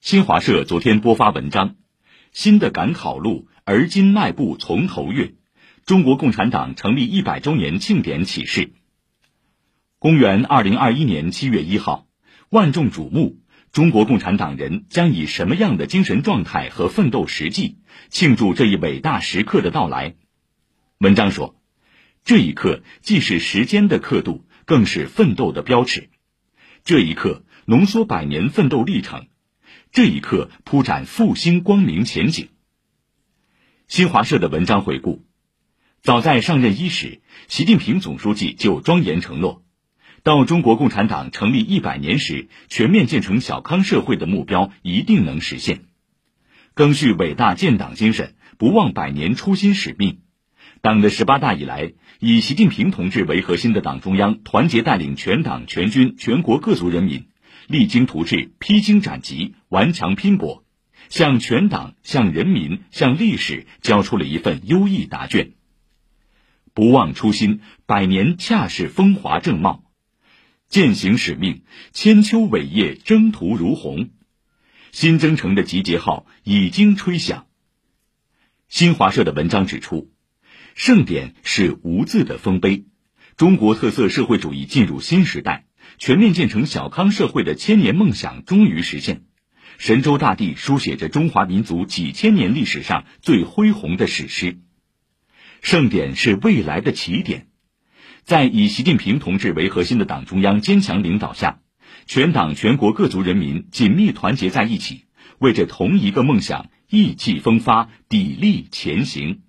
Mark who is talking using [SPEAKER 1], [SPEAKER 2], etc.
[SPEAKER 1] 新华社昨天播发文章，新的赶考路，而今迈步从头越，中国共产党成立100周年庆典启示。公元2021年7月1号，万众瞩目，中国共产党人将以什么样的精神状态和奋斗实际庆祝这一伟大时刻的到来？文章说，这一刻既是时间的刻度，更是奋斗的标尺。这一刻浓缩100年奋斗历程，这一刻铺展复兴光明前景。新华社的文章回顾，早在上任伊始，习近平总书记就庄严承诺，到中国共产党成立100年时，全面建成小康社会的目标一定能实现。赓续伟大建党精神，不忘100年初心使命。党的18大以来，以习近平同志为核心的党中央团结带领全党全军全国各族人民，励精图治，披荆斩棘，顽强拼搏，向全党、向人民、向历史交出了一份优异答卷。不忘初心，100年恰是风华正茂；践行使命，千秋伟业征途如虹。新征程的集结号已经吹响。新华社的文章指出，盛典是无字的丰碑，中国特色社会主义进入新时代，全面建成小康社会的千年梦想终于实现。神州大地书写着中华民族几千年历史上最恢宏的史诗。盛典是未来的起点。在以习近平同志为核心的党中央坚强领导下，全党全国各族人民紧密团结在一起，为着同一个梦想意气风发，砥砺前行。